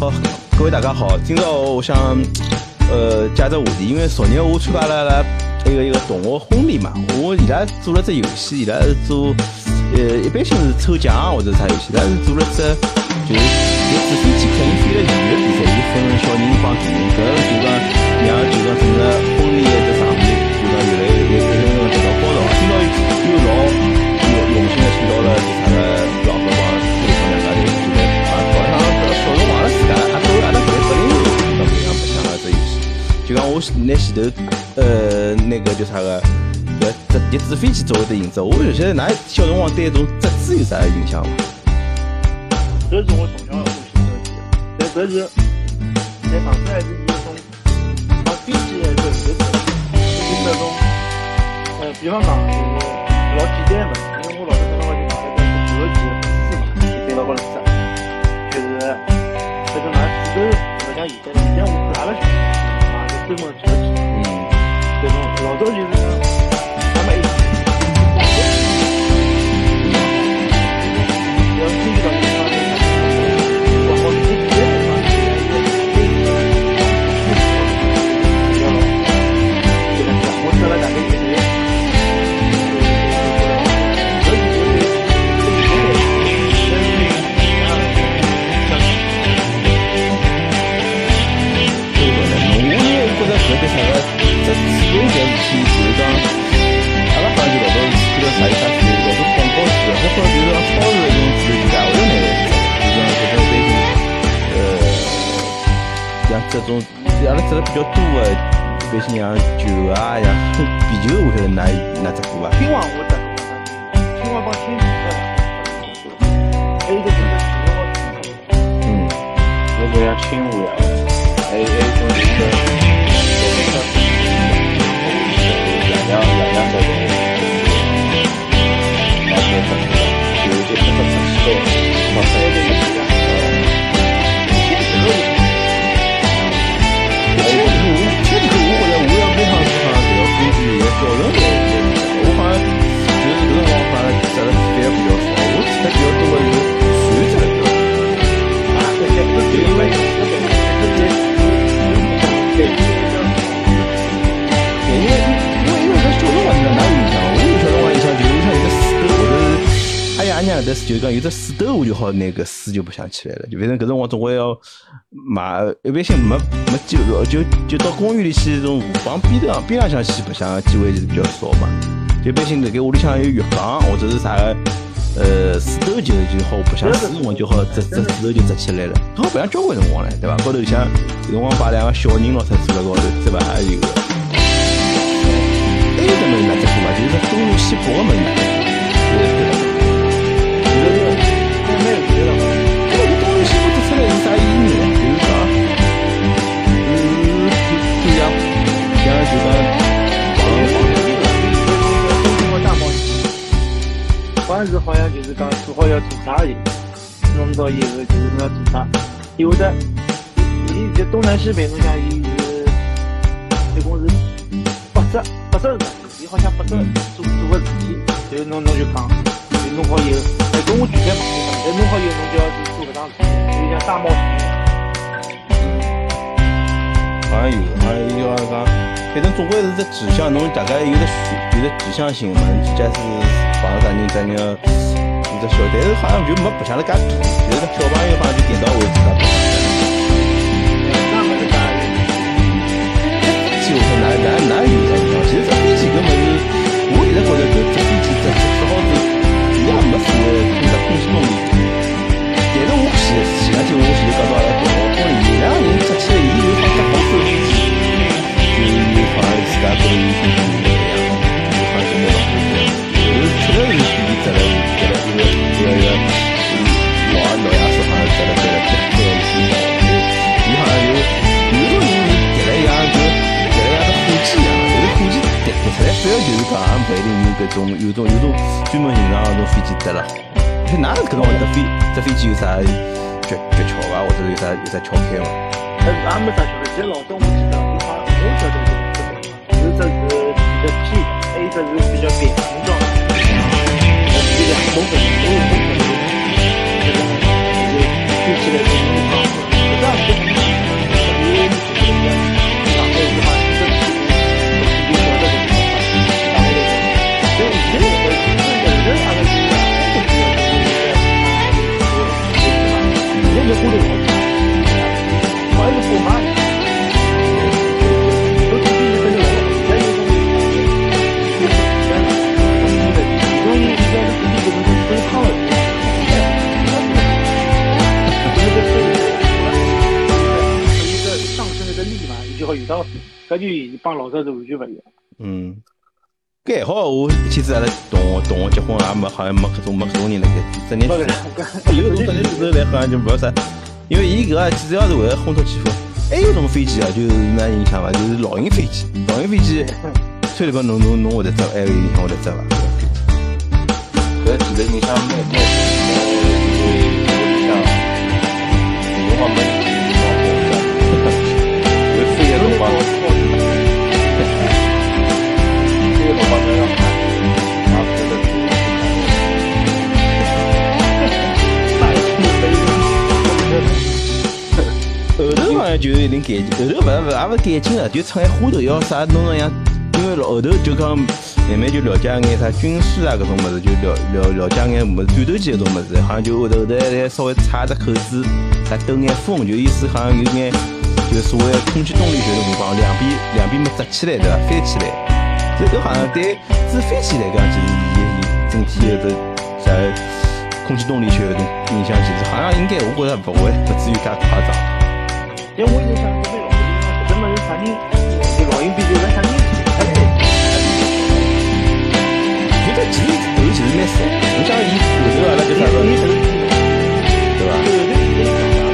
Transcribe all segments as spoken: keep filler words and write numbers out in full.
好，各位大家好，今朝我想呃介只话题，因为昨日我参加了了一个一个同学婚礼嘛，我伊拉做了只游戏，伊拉是做呃一般性是抽奖或者啥游戏，伊拉是做了只就是就纸飞机客人飞了鱼的比赛，就分小人帮大人，搿就讲让就讲整个婚礼的这场面就讲越来越越来越得到高潮。今朝又老有用心的请到了就啥个老婆帮这里两家头，就在啊好像搿小辰光了自家还作为阿拉搿一拨人有搿不一样白相了这游戏。就讲我拿前头呃那个叫啥个搿这叠纸飞机作为的引子，我有些㑚小辰光对搿种折纸有啥印象伐？ 搿是我从小欢喜设计的，但搿是在上海是一种放飞机的搿是就是那种呃，比方讲就是老简单的，因为我老早搿辰光就买了搿十个几的粉丝嘛，就对牢高头折，就是搿种拿纸头，勿像现在，现在我看阿拉小买个专门折纸，嗯，搿种老早就是他们一起，要注意到这方面。这种阿拉折了比较多的，一般性像球啊，像壁球，我晓得拿拿折过伐？ 青蛙我折过，青蛙帮天使的，还有一个就是青蛙。 嗯，那个像青蛙呀，还有还有一种就是两两两两这种，两个折过，有一些折折七倍，到三倍的。小人的，我好像就是搿辰光好像折了反而比较少，我折的比较多的有船折的比较多。啊，对对对，因为对对对，因为因为因为搿小辰光哪哪有印象？我有小辰光印象就是像有个水兜，或者是阿爷阿娘搿搭就是讲有只水兜，我就好拿个水就白相起来了。就反正搿辰光总归要买，一般性没没机会，就就到公园里去这种河浜边上边浪向去白相的机会就是比较少嘛。就一般性辣盖屋里向有浴缸或者是啥个呃水兜就就好白相，水辰光就好折折水头就折起来了，好白相交关辰光唻，对伐？高头像有辰光把两个小人老出坐辣高头，对伐？还有个。还有的么子哪折过嘛？就是东路西北的么子哪折？就是对伐？ 没有别的了。 这个东路西北折出来是啥意义呢？就是讲，嗯，就就像像就讲， 网网一个，东京个大冒险，当时好像就是讲做好要做啥的，弄到以后就是侬要做啥，有的，伊就东南西北，侬想伊是一共是八只八只个，伊好像八只做做个事体，就是侬侬就讲，就弄好以后，哎，跟我具体嘛，哎，弄好以后侬就要去做搿桩事体，就像大冒险一样。 好像有，好像有好像讲，反正总归是只指向侬大概有的选，有的指向性嘛。假使碰到啥人，啥人要做只小，但是好像就没白相了介多，就是小朋友好像就点到为止了。 那么是啥？ 机会哪哪哪有啥地方？其实这飞机搿么是，我现在觉得搿这飞机这只好是，伊也没所谓空着空气动力。但是我前前两天我前头讲到阿拉同学婚礼，两个人出去了，伊就放只好手飞机，就好像自家觉得有挺挺的一样，就好像蛮老酷的。就是确实是飞机折了折了，因为这个老老爷说好像折了折了折了折了挺高的，伊好像有有种人是叠了一样，就叠了一样的火机一样，就是火机叠叠出来，反而就是讲也不一定有搿种有种有种专门欣赏搿种飞机折了好。哪搿辰光这飞这飞机有啥诀诀窍伐？或者有啥有啥窍开伐？ 呃，也没啥窍开，其实老早我记得，有好我晓得就是有只是比较偏的，还有一只是比较扁形状的，有两种粉，都有种粉，这个就是飞起来就能放，这样子。 遇到，搿就帮老早是完全勿一样。 嗯，搿还好，我一天子阿拉同同学结婚也没好像没搿种没搿种人辣盖，职业有搿种职业之后来好像就没啥，因为伊搿个主要是为了烘托气氛。还有种飞机啊，就是哪影响伐？就是老鹰飞机，老鹰飞机，吹了个侬侬侬会得走，还有影响会得走伐？ 搿其实影响蛮蛮大，因为屋里向有辰光没人去装火车，有飞的辰光，飞的辰光要让爬行，然后搿个是后头好像就有点改进，后头勿是勿也勿改进了，就出眼花头要啥弄成样，因为后头就讲慢慢就了解眼啥军事啊搿种物事，就了了了解眼物事，战斗机搿种物事，好像就后头后头来稍微插只口子，啥兜眼风，就意思好像有眼就是所谓空气动力学的辰光，两边两边么折起来对伐，飞起来，所以搿好像对纸飞机来讲，其实伊伊整体的这啥空气动力学搿种影响，其实好像应该我觉着勿会勿至于介夸张。 因为我一直想准备老鹰，搿么是啥人？就老鹰比赛啥人？ 觉得其实头其实蛮少，你像伊后头阿拉就啥个，对伐？ 对对对，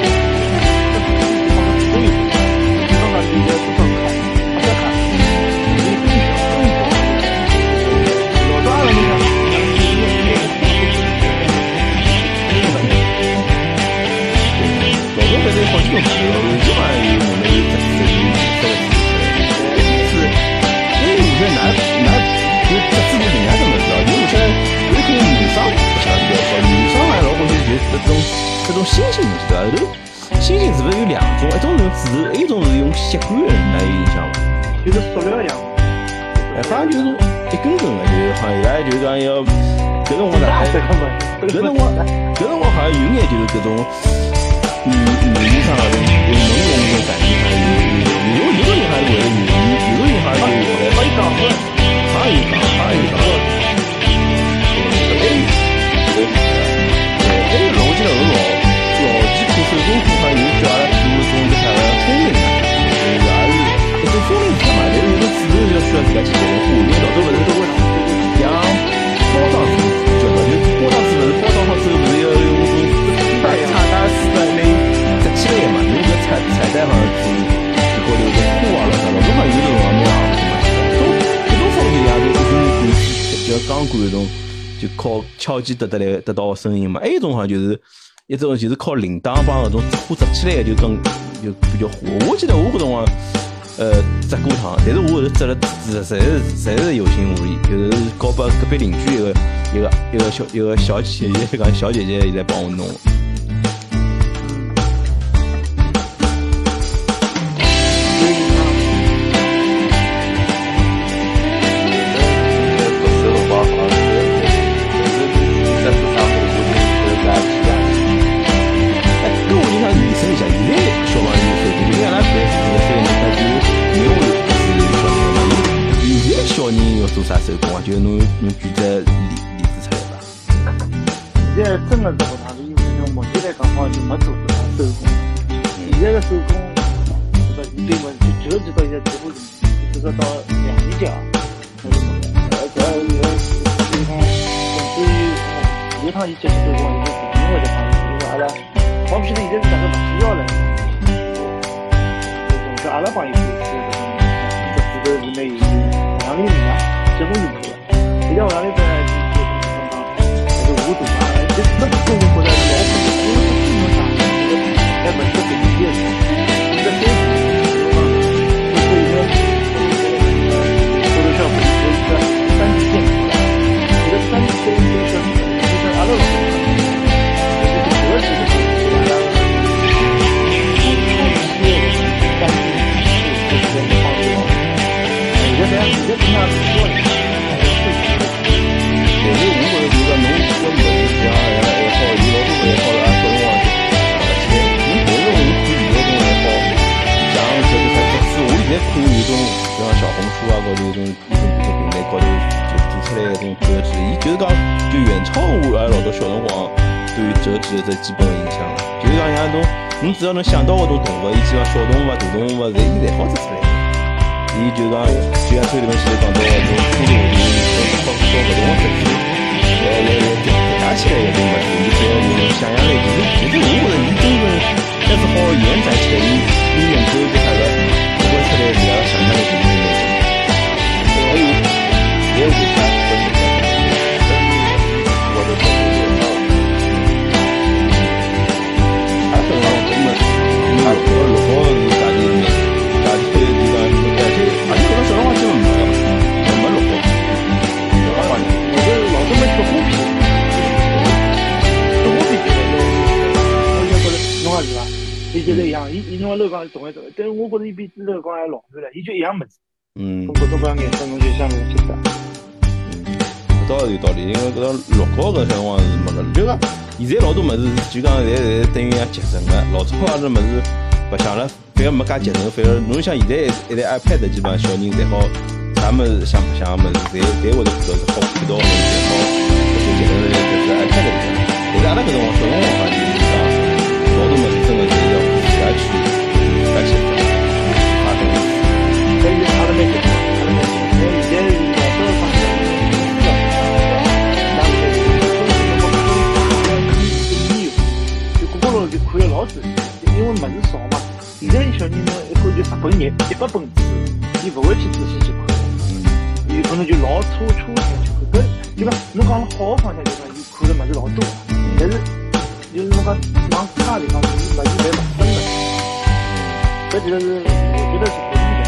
这个地方都有，地方上就要多少看，还在看，你更小更小，老早阿拉你看， 老早反正好几种朋友，基本上有我们有这这有这个是，因为我觉得拿拿就这自己人家怎么知道？因为我现在有可能女生不晓得比较好，女生好像老欢喜就这种这种星星，你知道后头星星是不是有两种？一种是用纸头，一种是用吸管的，那有影响吗？ 就是塑料一样。 哎，好像就是一根根的，就是好像伊拉就是讲要搿种我哪？搿种我搿种我好像有眼就是搿种。女女衣裳啊，有朦胧那种感觉，还有有有的人还是为了女衣，有的人还是为了可以讲过， 好像有讲，好像有讲。哎，对，还有老我记得老老几口手工课，好像有叫阿拉做一种叫啥个风铃啊，就是也是一种风铃车嘛，但是有种指头要需要自家去带，因为老早勿是都会像包装纸叫啥，就是包装纸勿是包装好之后，勿是要用种大叉大丝的那折起来嘛，侬搿彩彩带好像是就高头搿花啊了啥，老早好像有的辰光蛮行的嘛，种搿种风铃呀，都是用就像钢管搿种，就靠敲击得得来得到声音嘛。还有一种好像就是一种就是靠铃铛帮搿种花折起来就更就比较火。我记得我搿辰光呃折过趟，但是我后头折了折实在是实在是有心无力，就是搞拨隔壁邻居一个一个一个小一个小姐姐，讲小姐姐来帮我弄。做啥手工啊？就是侬侬举个例例子出来吧。 现在真的做啥子？因为从目前来讲，好像就没做过啥手工。现在的手工，对吧？对嘛？就折纸到现在几乎就，就说到两米角，那就没了。而且有有地方，对于有趟伊接触手工，有个另外的方面，就是阿拉，我不晓得现在是哪个不需要了。总之，阿拉帮伊做这个，这石头里面有两厘米嘛。结婚就没了，现在我那里边就刚刚还是五度嘛，这那么做过来老复杂，因为它不能啥，这个在本身本地的，一个手指，对吧？就是一个或者像我们一个三 D 建出来，这个三 D 建就是就是阿拉老师讲的，就是折纸的方式，阿拉超级三 D 就是这个方式，你这边你这平常怎么做的？ 但是我觉着就是讲侬搿物事像像爱好，有老多爱好啊，搿辰光就想勿起来。侬但是我看有那种爱好，像搿个啥折纸，我现在看有种像小红书啊高头有种有种别的平台高头就做出来一种折纸，伊就是讲就远超我阿拉老早小辰光对于折纸的这基本的影响了。就是讲像侬侬只要能想到搿种动物，伊基本上小动物啊、大动物啊，侪侪好折出来。 伊就讲就像崔立文前头讲到，从初中就到到到搿种程度，来来来叠加起来一种物事，伊只要有想象力，其实其实我觉着伊真正要是好延展起来，伊伊能够叫啥个发挥出来自家想象力肯定是蛮强。 还有还有为啥不能讲？我的角度有道理。他说话根本，他说如果是家里面家里就讲，而且而且搿种小辰光基本没没没录过，小辰光我是老多没吃虎皮，吃虎皮就是我就觉得侬讲是伐？伊就是一样，伊伊侬楼讲是同一种，但是我觉着伊比楼讲还老远了，伊就一样物事。 嗯， 从各种各样颜色侬就想侬去啥？ 搿倒是有道理，因为搿种录稿搿小辰光是没个，就讲现在老多物事就讲侪侪等于像集成个，老早搿种物事勿想了，反而没介集成，反而侬像现在一台 iPad 基本上小人侪好，啥物事想白相个物事，侪侪会得看到是好看到，侬侪好搿些集成辣搿是 iPad 里向。但是阿拉搿辰光小辰光哈，就是讲老多物事真个是要自家去自家去发动。 所以阿拉蛮结棍，阿拉蛮结棍。我现在老早上小学，那我就是我可以可以一年就过过了就看了老仔细，因为物事少嘛。现在小人呢一看就十本页、一百本书，伊勿会去仔细去看，伊可能就老粗粗的去看。搿就讲侬讲了好个方向，就讲伊看了物事老多，但是就是侬讲往差地方，伊物事侪勿深的。搿其实是我觉得是不利的。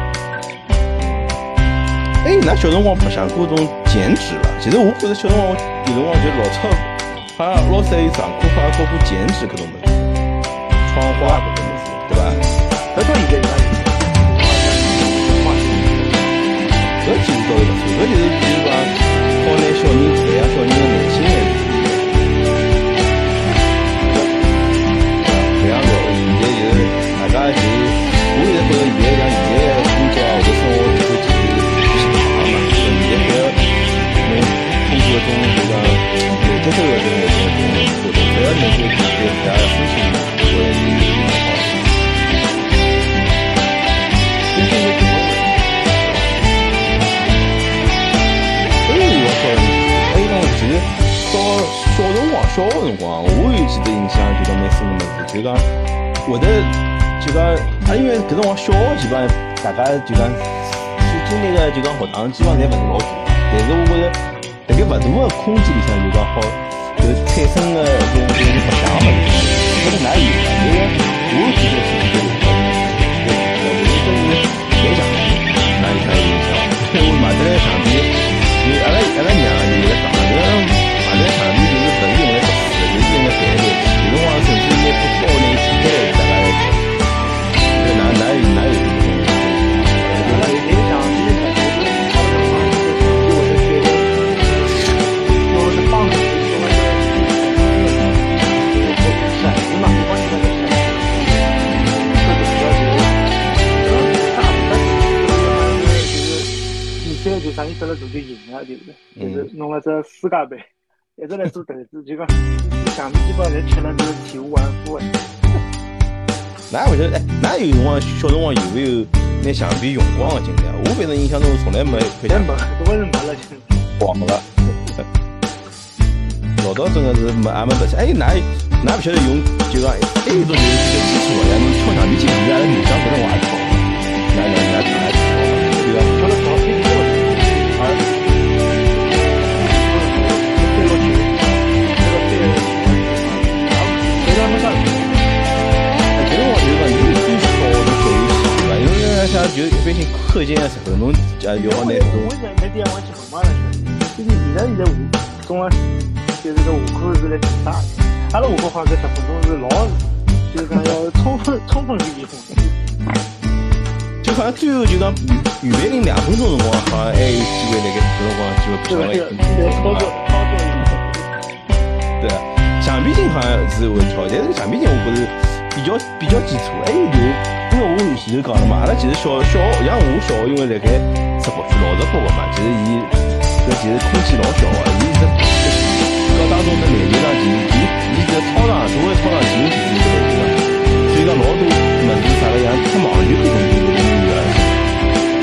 哎，那小辰光白相过种剪纸了。其实我觉着小辰光有辰光就老早，好像老师还有上课，好像教过剪纸搿种物事，窗花搿种物事，对伐？ 搿到现在应该有。 搿其实倒是勿错，搿就是就是讲好拿小人培养小人的耐心还是培养到现在就是大家就是我现在觉着现在像现在工作啊或者生活节奏其实是长嘛，所以现在不要侬通过一种就讲有节奏的这种这种活动，只要能够对自家的心情会是蛮好的。 真正的怎么回事？ 哎，我说，哎，讲其实到小辰光、小学辰光，我有记得印象就讲蛮深个物事，就讲会得就讲，啊，因为搿辰光小学基本上大家就讲所经历个就讲学堂基本上侪勿是老大，但是我觉着辣盖勿大个空间里向就讲好，就产生个种种白相个物事，搿是哪有个？就是我记得是有个，就是真是蛮强的，哪有啥有印象？我买得来橡皮。就阿拉阿拉娘就在讲，就讲买这橡皮就是勿是用来读书的，就是用来弹来弹去。有辰光甚至拿把刀拿剪开来，大家来弹。这哪哪有哪有这种这种？ 阿拉有点像现在就是好像嘛，就我是觉得，用的是棒子，用的是骰子嘛，不光是那个骰子，各种标志，然后大部分就是比赛就啥人得了多就赢了，对不对？就是弄了这世界杯，一直来做投资，就讲橡皮基本上侪吃了这个体无完肤的。 哪会晓得？哎，哪有辰光小辰光有没有拿橡皮用光的经历啊？我反正印象中从来没看见没，都是没了，现在。 光了。老早真的是没也没白相。哎，哪哪不晓得用就讲，还有一种就是比较基础的，像侬敲橡皮筋，现在阿拉女生搿辰光也敲，哪哪哪哪也敲，对吧？ 敲了敲，飞机过去，啊，飞过去，那个飞，啊，飞到那上。 搿辰光就是讲，你最少的小游戏对伐？因为像就一般性课间的时候，侬啊要好拿搿种我在那地方去问嘛了，就是现在现在下中了，就是个下课是来挺大的。阿拉下课好像搿十分钟是老，就是讲要充分充分利用。 就好像最后就讲预预备零两分钟辰光，好像还有机会辣盖搿辰光机会不上来。 对，操作操作一下。 对啊，橡皮筋好像是会跳，但是橡皮筋我觉着比较比较基础。还有就因为我前头讲了嘛，阿拉其实小小像我小学因为辣盖石北区老石北个嘛，其实伊搿其实空间老小个，伊是搿当中的篮球场其实伊伊这操场所谓操场其实就是一个篮球场，所以讲老多物事啥个像踢网球搿种运动员，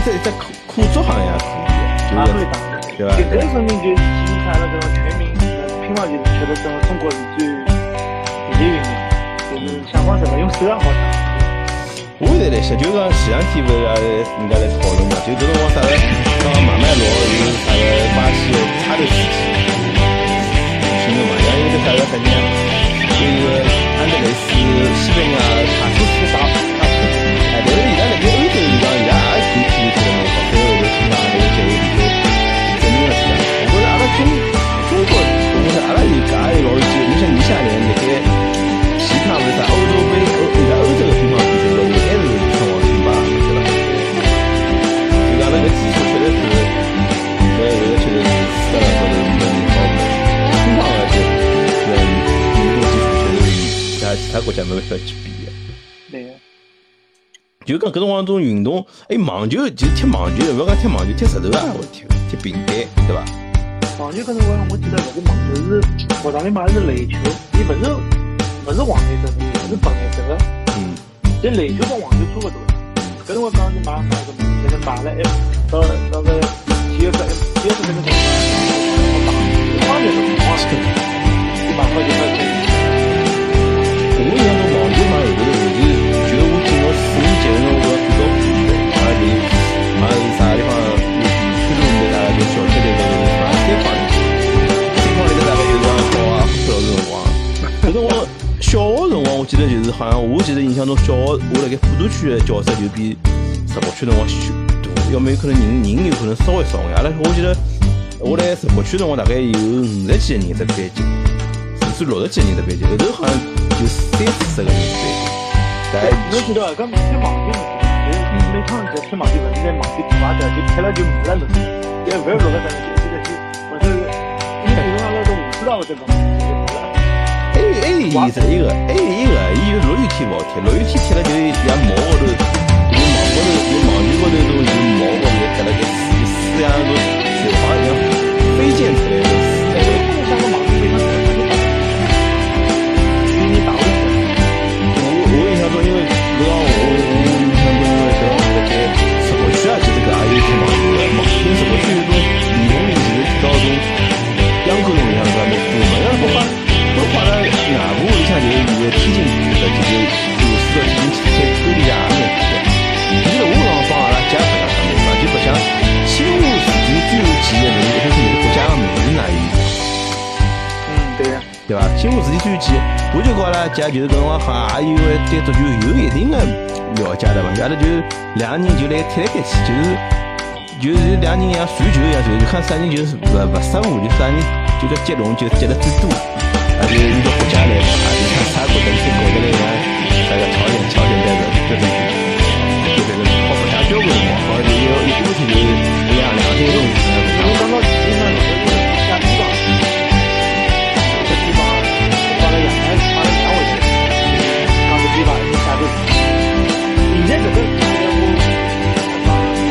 只一只课课桌好像也可以， 也可以打， 对吧？ 这个说明就体现了这种全民乒乓球确实成了中国是最第一运动，就是相关这个用手也好打。 我现在来想，就讲前两天勿是人家来讨论嘛，就搿辰光啥个，刚刚慢慢聊有啥个巴西的插头事体，新闻嘛，像有个啥个啥人啊，有一个安德雷斯西班牙卡苏斯啥，哎，但是伊拉辣盖欧洲地方，伊拉也可以踢球踢得蛮好，最后头冲到那个结果里头证明了出来。我觉着阿拉中中国，我觉着阿拉有搿也有老有机会，你像你下年辣盖皮卡勿是啥欧洲杯，欧伊拉欧洲的乒乓比赛高头还是称王称霸，我觉得。就讲那个技术确实是，搿搿个确实是世界上高头没人高的。乒乓而且搿运动技术确实是其他其他国家没办法去比的。 对。 就讲搿辰光种运动，哎，网球其实踢网球，勿要讲踢网球，踢石头啊，我踢踢平杆，对伐？ 网球搿辰光我记得搿个网球是学堂里买的是垒球，伊勿是勿是黄颜色的，也是粉颜色的。 嗯。 这垒球跟网球差勿多。搿辰光刚就买买个嘛，就是买了 F 到到个体育课 F 体育课那个辰光，我打花钱都不花钱，一百块钱块钱。 我印象中网球好像有个是，就是我进了四年级的辰光，我最早比赛，好像就是好像是啥地方有比推动的啥，就小区里头是啥三方里，三方里头大概有辰光好啊，不老是辰光。搿辰光小学辰光，我记得就是好像我记得印象中小学我辣盖普陀区的教室就比石北区辰光小大，要么有可能人人有可能稍微少眼。阿拉我记得我辣石北区辰光大概有五十几个人一只班级，甚至六十几个人一只班级，后头好像就三四十个人一班级。但侬记得搿踢网球是，每趟就踢网球勿是在网球踢完的，就踢了就没了侬，就勿要落个啥个，就这个我这个，因为有阿拉都五十道这个就没了。 还有还有意思一个，还有一个，伊就落雨天勿好踢，落雨天踢了就像毛高头，有网高头，有网球高头种有毛高头搭了个丝丝样种雪花一样飞溅出来的丝。 哎，我像个网球非常喜欢打，因为你打过去。 我我印象中，因为搿个我我印象中，因为搿个辣盖石北区啊，其实搿也有踢网球的，网因为石北区有种女农民，其实踢到种秧歌农民上搿蛮多嘛，因为不花不花了外部里向就是有个天津区的，就是有四个天津去踢沟里向也蛮多的。其实我讲帮阿拉家白相上面嘛，就白相清华时期最后几个人，一开始就是国家的名字哪有？ 嗯，对呀。 对伐？清华时期最后几，我就跟阿拉家就是搿辰光好像也有对足球有一定的了解的嘛，阿拉就两个人就来踢来踢去，就是就是两个人像传球一样，就看啥人就是勿勿失误，就啥人就搿接龙就接得最多，啊就按照国家来排，就看啥国家就搞得来像啥个朝鲜朝鲜队的搿种，就搿个靠国家交关辰光，好像就有一多天就是两两天中， 我刚刚体育嘛，老师就是下地方，这地方把它养来，把它养回来，刚这地方就下地。现在这个我，啊，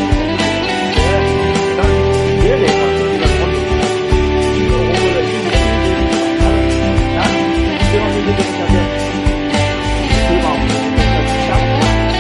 当然别来讲这个方面，我我觉得应该是啊，这方面就是像这地方我们要去下地。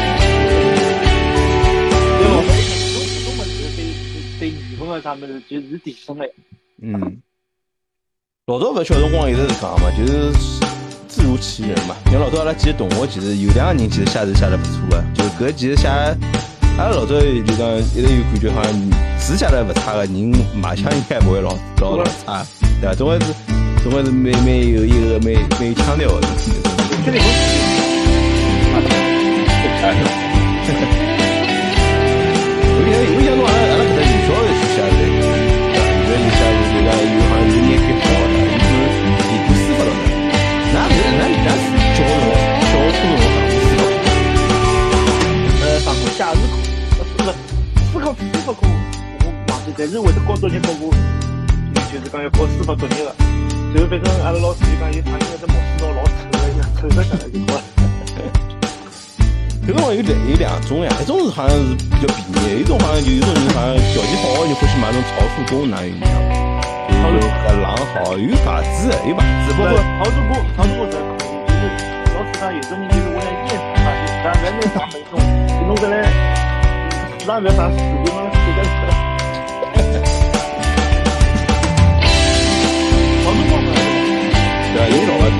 对吧？中中国是对对女朋友他们就是提升的。 嗯，老早搿小辰光一直是讲嘛，就是自如其人嘛。像老早阿拉几个同学，其实有两个人其实写字写得不错的，就搿其实写，阿拉老早就讲一直有感觉好像字写得勿差的人，卖腔应该勿会老老老差，对伐？总归是总归是蛮蛮有一个蛮蛮有腔调的。 这里我腔调。我印象我印象中阿拉阿拉搿搭女小学去写字，对伐？有的人写字就讲有好像有眼笔好的，有就是研究书法了的。那搿那那是小学辰光小学初中辰光书法。 呃，上过夏日课，呃，不是，思考书法课，我忘记，但是会得教作业教过，就是讲要考书法作业的。最后反正阿拉老师就讲，伊发现这毛书脑老丑的，丑的上来就考了。 搿辰光有两有两种呀，一种是好像是比较便宜，一种好像就有种人好像条件好的人欢喜买那种曹树工哪有一样，就是搿狼好，有牌子的，有牌子，包括曹树工，曹树工这可以，就是老师讲有的人就是为了验他，就是咱咱那啥门种，就弄个来市场不要上四地方四个车。老中国嘛， 对吧？有老板。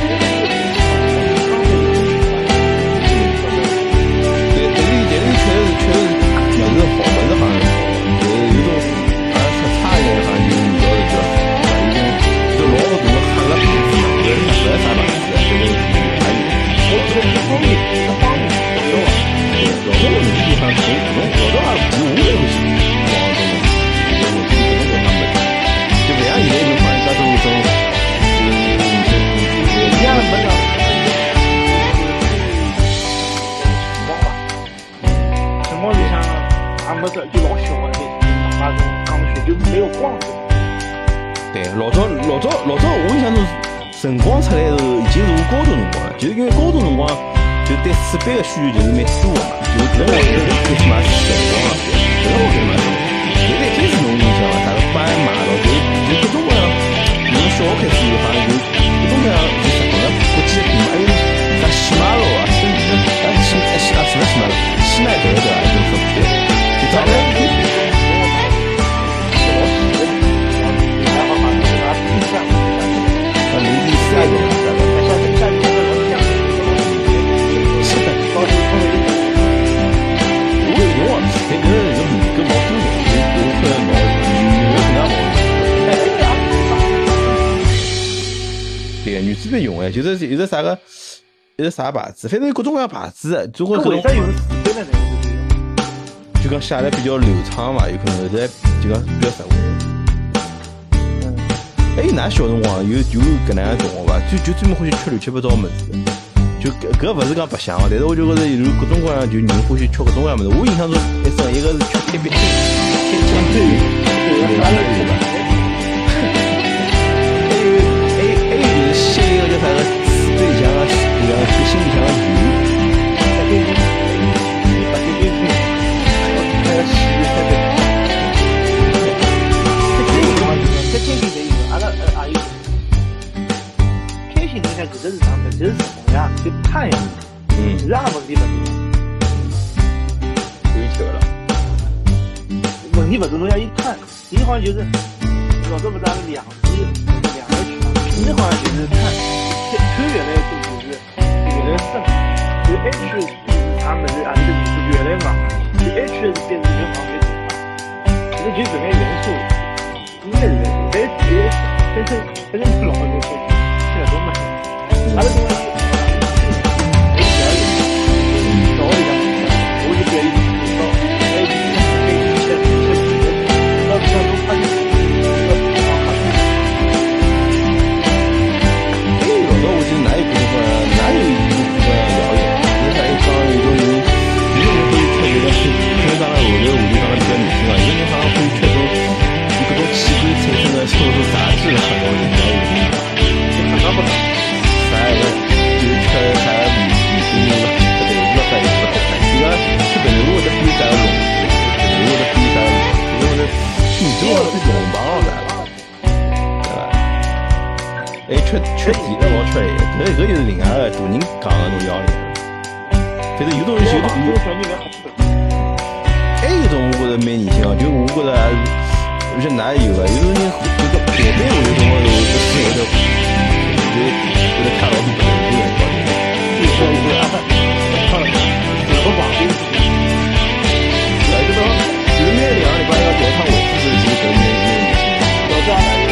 对，但是但是确实确实么子好，么子好像好，就是有种好像吃差一点，好像就味道是比较好，有种就老多种喝了瓶子嘛，就是不是啥牌子，就是还有。 我觉得方面一个方面有啊。 老早那个地方从各种老早还其实我也不是广东的，我我就是各种各样的，就不像现在就放一家都种，就是一样的门道。辰光吧，辰光就像俺们这就老小的那种刚学就没有光的。 对，老早老早老早我印象中辰光出来的时候已经是我高中辰光了，就是因为高中辰光就对书本的需求就是蛮多的嘛。就是搿辰光就是最起码是辰光啊，搿辰光搿嘛，现在真是侬印象啊，大家班买了，就就各种各样，从小学开始好像就各种各样就什么国际的品牌，有啥喜马拉啊，甚至啊喜啊喜啊什么喜马拉，喜耐德对吧？就是说对，就长得很然后把那个冰箱， 像零第四个大概。 像像这个龙虾，是的，高级风味。 我有用啊，那个那个米跟毛豆的，有有出来毛，有有其他毛。对，女子别用哎，就是有个啥个，有个啥牌子，反正有各种各样牌子，就会各种。 为啥用四倍的那个？ 就讲写的比较流畅嘛，有可能在就讲比较实惠。 嗯。 哎，㑚小辰光有有搿能样同学伐？就就专门欢喜吃乱七八糟物事。就搿搿勿是讲白相哦，但是我就觉着有各种各样就人欢喜吃各种各样物事。我印象中一生一个是吃铁饼，铁枪腿，对吧？还有还有还有就是吸一个叫啥个四对象啊，就像就心里向的油。 对对对，把对对对，还要洗对对。这这个嘛，这天气这一个，阿拉呃阿姨。天气你看这个是啥子？这是什么呀？就碳呀， 嗯， 是啥问题不是？ 有球了。 问题不是侬要一碳，你好像就是老早不是按两极两个区嘛，平的好像就是碳，推越来就是越来深，就 H 就是他们是按这个是越来嘛，就 H 是变成越往越低嘛，这个就这个元素应该是元素，但是但是但是老的说现在都没，他的东西。 缺缺底的老缺的，搿搿就是另外个大人讲个种要领。反正有种有种有，还有一种我觉着蛮年轻哦，就我觉着而且哪有个，有种人就个表妹，我有种我有个室友的，就觉得看老多不能理解， 你说一个啊，怎么绑定？ 哎，这个就是那两个礼拜要调趟我自己其实搿蛮蛮年轻， 老早那。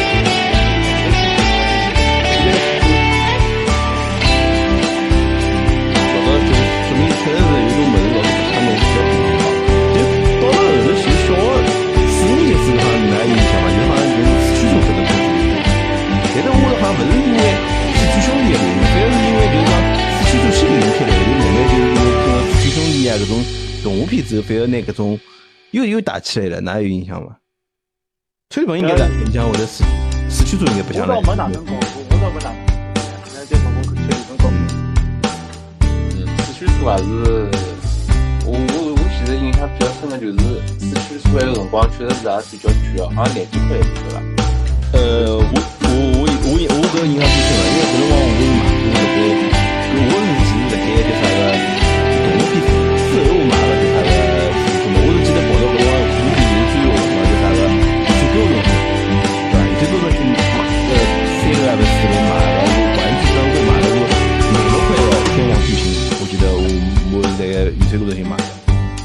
确实是有种物事老是他们比较不好，就到了后头其实小学四五年级好像你还有印象嘛，就好像就是四驱车搿种东西。但是我好像勿是因为四驱兄弟的原因，反而是因为就是讲四驱车系列开来，就慢慢就是因为看到四驱兄弟啊搿种动画片之后，反而拿搿种又又打起来了，哪有印象嘛？崔鹏应该是印象或者四四驱车应该不像了。 我倒没哪能搞过，我倒没哪能，那在办公室确实能搞。 四驱车还是我我我其实印象比较深的就是四驱出来的辰光确实是也比较贵哦，好像廿几块对吧？ 呃，我我我我我搿个印象最深了，因为搿辰光我是买过搿个，我是其实辣盖叫啥个动画片之后买了叫啥个四驱车嘛，我是记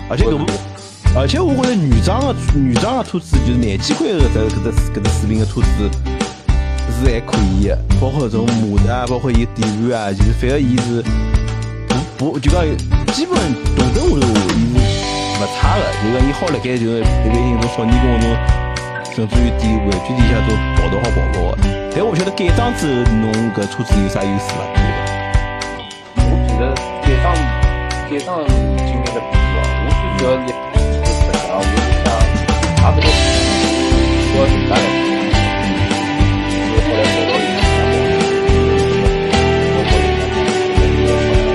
而且搿部，而且我觉着原装个原装个车子就是廿几块个搿搿只搿只水平个车子是还可以个，包括搿种马达啊，包括伊电源啊，就是反而伊是不不就讲基本动灯下头伊是勿差个，就讲伊好辣盖就是一般性种少年宫种，甚至于底玩具底下都跑得好跑跑个。但我勿晓得改装之后侬搿车子有啥优势伐？ 我觉得改装改装经历了比较，我最主要是就是讲，我是想差不多我很大的，就是后来跑到里面去跑，我跑里面去，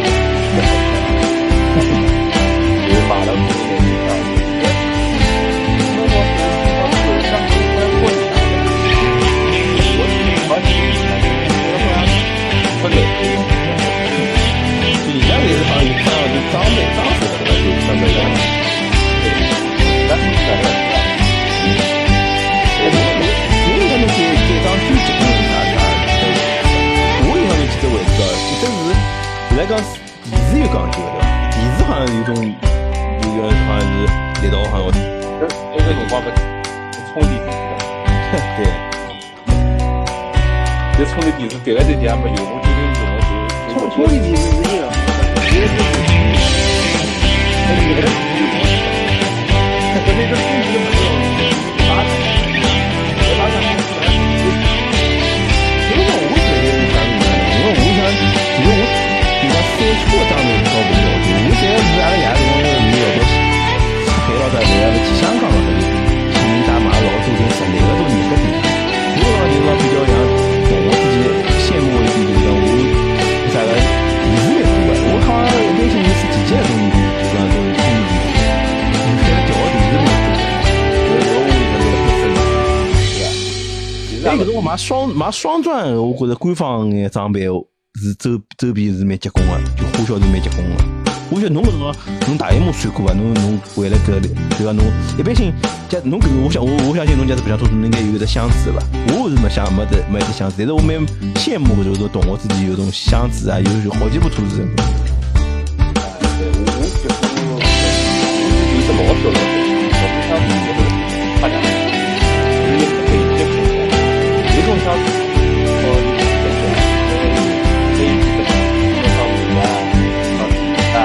我买了五年以上，我我是我是上次在过年，我是好几年前，我好像不累。 就人家也是好像有装就装备装饰的，对吧？就装备装。 但是感觉， 我我我印象中改改装最结棍是啥啥？我印象中记得为止哦，记得是原来讲电视有讲究的，对吧？电视好像有种有个好像是力道好像这那个辰光不充电电视， 对， 这充电电视迭个在家没用，我今天用的就充充电电视是一个，别的是哎，你给它用，这那个数据没有，八成，这八成出来。 这个我觉得是啥子呢？因为我想，其实我就讲赛车当中搞不了解，我现在是阿拉爷子讲那个没有到出海了，在人家去香港了，去人家买老多种室内的种热个地方。我讲就是讲比较像同我自己羡慕的一点就是讲我啥个电视蛮多的，我好像一般性有十几件种就讲种充电电视，你看调个电视蛮多的，所以我现在很分。哎，搿种我买双买双钻，我觉着官方眼装备是周周边是蛮结棍个，就花销是蛮结棍个。我觉得侬搿辰光侬大荧幕算过伐？侬侬为了搿对伐？侬一般性，假侬搿个我想我我相信侬假使白相车子，侬应该有一只箱子伐？我是没想没得没得箱子，但是我蛮羡慕搿种同学之间有种箱子啊，有有好几部车子。 啊，对，我我就是我有只老小的，我不想我都差点，就是也可以接触一下，有种箱子，哦，真的，可以可以做上五啊，上几啊，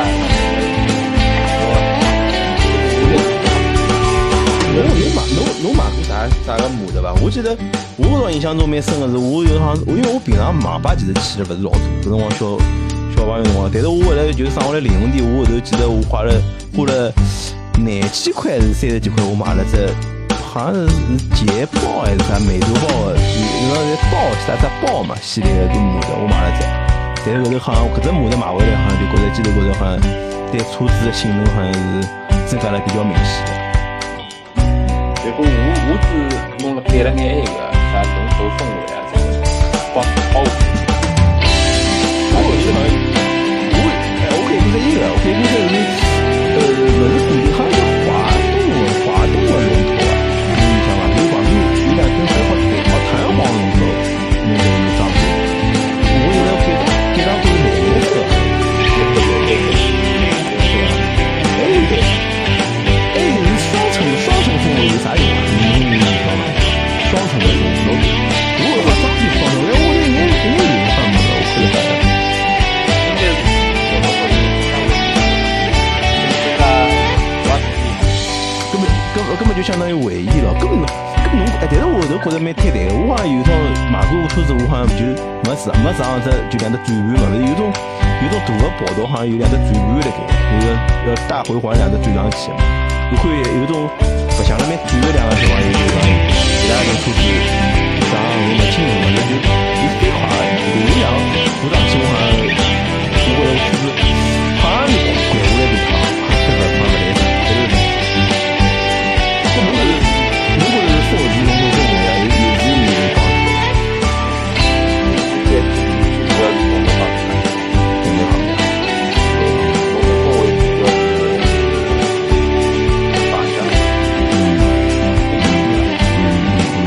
侬侬买侬侬买过啥啥个模的伐？我记得我老印象中蛮深个是，我有好像我因为我平常网吧其实去的勿是老多，搿辰光小小朋友辰光，但是我后来就是上下来零用钿，我后头记得我花了花了廿几块还是三十几块，我买了只好像是捷豹还是啥美洲豹的，有那个豹啥只豹嘛系列的模的，我买了只。但是后头好像搿只模的买回来，好像就觉着记得觉着好像对车子的性能好像是增加了比较明显的。 结果我我只弄了改了眼那个啥龙头凤尾啊，这个光包。 我记得好像我哎我改过只一个，我改过只是呃勿是固定，好像叫华东的华东的龙头啊，有印象伐？有旁边有两根很好带好弹簧龙头，那个那装备。我现在改装改装都是蓝颜色，也不有那个，对吧？还有一个，还有是双层双层凤尾有啥用啊？你能有印象吗？双层的龙头，如果它装备双层，哎，我这眼眼有印象没了，我看了看。 应该是我们会有相关的，就是它主要是根本根本根本就相当于回忆了，根本根本侬哎，但是我后头觉着蛮推抬的。我好像有一趟买过部车子，我好像就没上没上只就两只转盘嘛，有种有种大个跑道，好像有两只转盘辣盖，那个要大回环两只转上去嘛。有可以有种白相了蛮转的两个小朋友，就讲其他种车子上我没清楚嘛，就就就飞快，我想我上去我好像我觉着车子好像是拐下来就跑，这个跑不来，对不对？这如果是如果是手机龙头凤尾啊，有有有有人帮助， 对，主要是我们方面， 有没有好的？ 我们凤尾主要是方向， 嗯嗯嗯，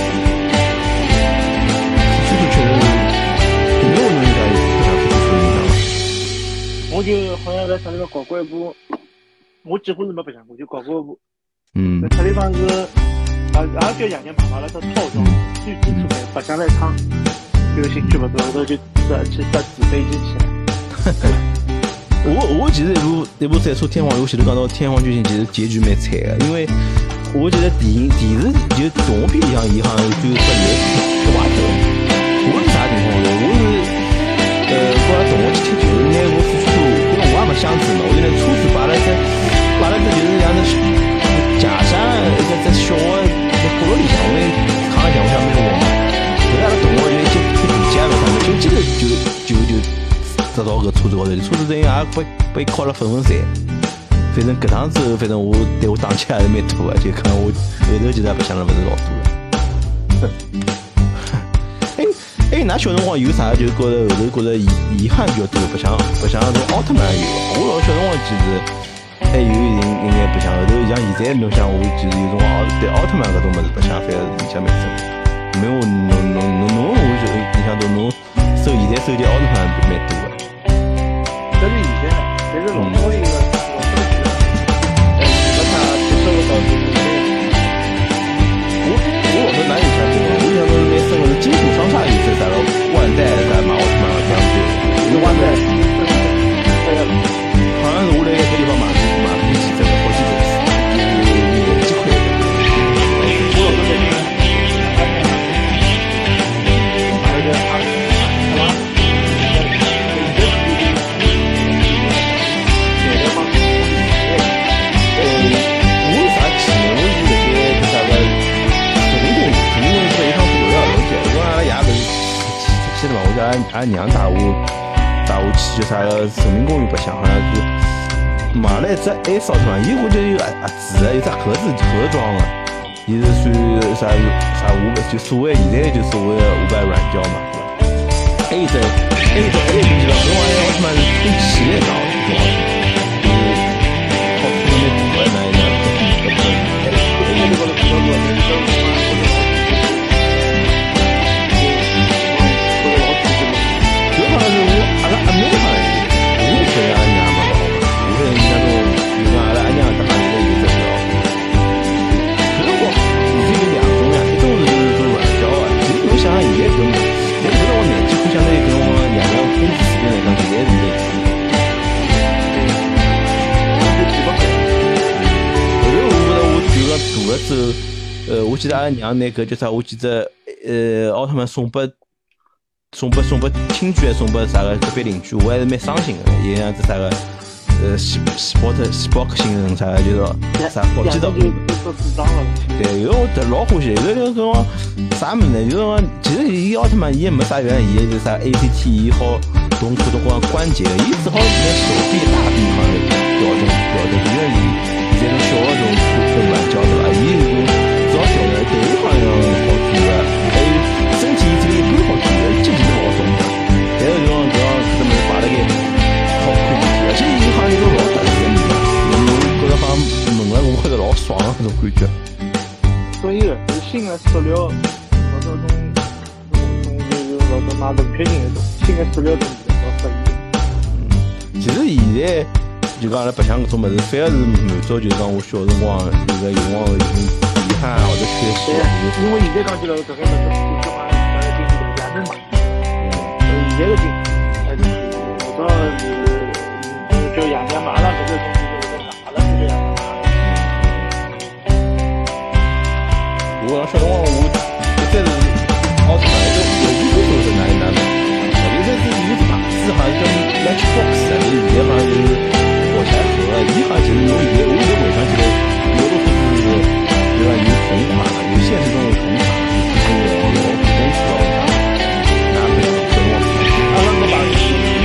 叔叔确实有没有人应该不想出去说影响了？ 我就好像在上那个搞过一部我几乎是没白相过，就搞过部。 嗯那地方是啊，也叫爷娘买了套套装，最基础的白相来唱，有兴趣不多，后头就去搭纸飞机去了。 我我其实那部那部赛车天皇游戏头讲到天皇巨星，其实结局蛮惨的，因为我记得电影电视就动画片里向，伊好像最后把人吃歪头。我是啥情况呢？我是呃，跟阿同学去踢球，拿我付出，因为我也没箱子嘛，我就拿车子摆了只摆了只就是像是假山一只只小的在角落里向，我扛在墙上面往嘛。后来阿拉同学就一接踢地基啊，啥么，就记得就就就。直到搿车子高头，车子等于也被被敲了粉粉碎。反正搿趟之后，反正我对我打击还是蛮大的，就可能我后头其实也白相了勿是老多了。哎哎，㑚小辰光有啥就觉着后头觉着遗遗憾比较多，白相白相那种奥特曼有。我老小辰光其实还有一定应该白相，后头像现在侬想我其实有种奥对奥特曼搿种物事白相，反而印象蛮深。没有侬侬侬侬我就印象中侬收现在收集奥特曼蛮多的。 这是以前的，但是老早一个老早一个，哎，没啥接受到这个。 我我老早哪印象中啊？我印象中蛮深的是金属双煞有是啥个万代啥马奥特曼这样子， 一个万代，对呀， 好像是我来一个地方买买飞机这个好几个，就是有机会的。 我老早在那个，买了个二十八， 我叫俺俺娘带我带我去就啥个人民公园白相，好像是买了一只 S 奥特曼，伊我就有啊纸的，有只盒子盒装的，伊是算啥啥五百，就所谓现在就所谓的五百软胶嘛，对吧？还有一只还有一只还有一只知道，搿玩意奥特曼是充气的，知道吧？就是好看的蛮大的那那搿搿搿搿搿搿阿拉阿妹好像有，我觉得俺娘蛮好嘛。我觉得人家都有讲阿拉俺娘当然也有这个。可是我已经有两种呀，一种是就是说软胶啊。其实我想想现在搿，但是我年纪会相对跟我娘娘工资水平来讲，现在是蛮低。后头我觉得我就讲大了之后，呃，我记得阿拉娘那个叫啥？我记得呃，奥特曼送拨。送拨送拨亲眷，送拨啥个隔壁邻居，我还是蛮伤心的。也像是啥个，呃，西西宝特西宝克星人啥个，就是啥好记得。对，有我特老欢喜，有个辰光啥物事呢？有辰光其实伊奥特曼伊也没啥原因，伊就是啥 A C T 伊好动各种各样关节，伊只好拿手臂、大臂好像调整调整，因为伊现在种小的种种软胶对吧？伊是种只好调整，头好像好转的，还有身体只有一半好转的，肌肉老动的。但是就讲搿样搿么摆辣盖好看点，而且伊好像有种老特殊的味道，我觉着好像闻了我觉着老爽的那种感觉。 所以就是新的塑料，老早种种就是老早买冷却型那种新的塑料东西老适宜。 嗯，其实现在就讲阿拉白相搿种物事，反而是满足就是讲我小辰光有个有辰光有种遗憾或者缺失。 因为现在讲起来搿个物事，就讲搿个经济也能买。嗯，现在个经济还是可以。老早是叫爷娘买了搿个东西，就会拿了就这样。 我讲小辰光我一直是奥特曼，就有一个都是哪里哪里，有的是有的牌子好像叫 Matchbox 啊，就是现在好像就是火柴盒，伊好像其实我现在我现在回想起来，有的都是对吧？有同款，有现实中的同款，就是老老普通出老款，拿回来小辰光，阿拉个把是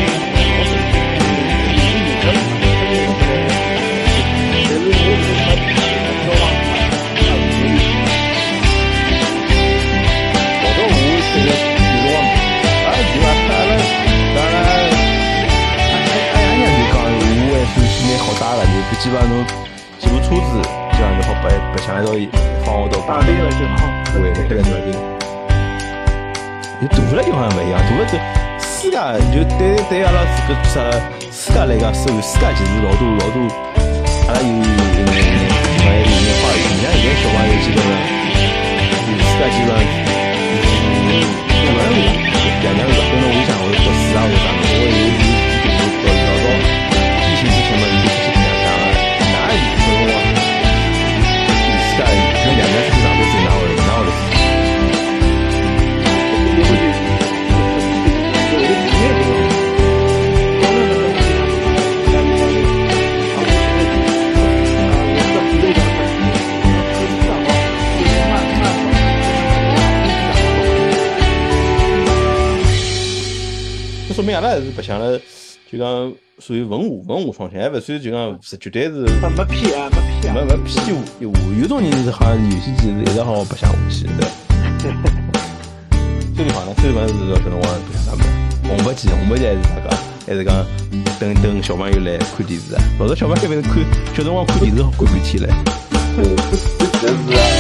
好大个，就基本上侬几部车子，基本上就好白白相一道放学到打零了就好。 对，对对对。你大了就好像勿一样，大了就世界就对对阿拉这个啥世界来讲，所以世界其实老多老多，阿阿拉有有有有基本上有有话语，你像现在小朋友基本上，自家基本上嗯，基本上是爷娘是跟侬屋里向或者读书啊或者啥物事，我有有就是到老早疫情之前嘛，有出去白相啊，哪有搿辰光，自家跟爷娘出去上班子哪会哪会得。这说明阿拉还是白相了，就讲属于文化文化创新，还勿算就讲是绝对是没偏啊，没偏没没偏误一误。有种人是好像游戏机是一直好好白相下去，对吧？最地方呢，最地方是搿辰光白相啥么？红白机，红白机还是啥个？还是讲等等小朋友来看电视啊？老早小朋友反正看小辰光看电视好看半天唻。 对，这是啊。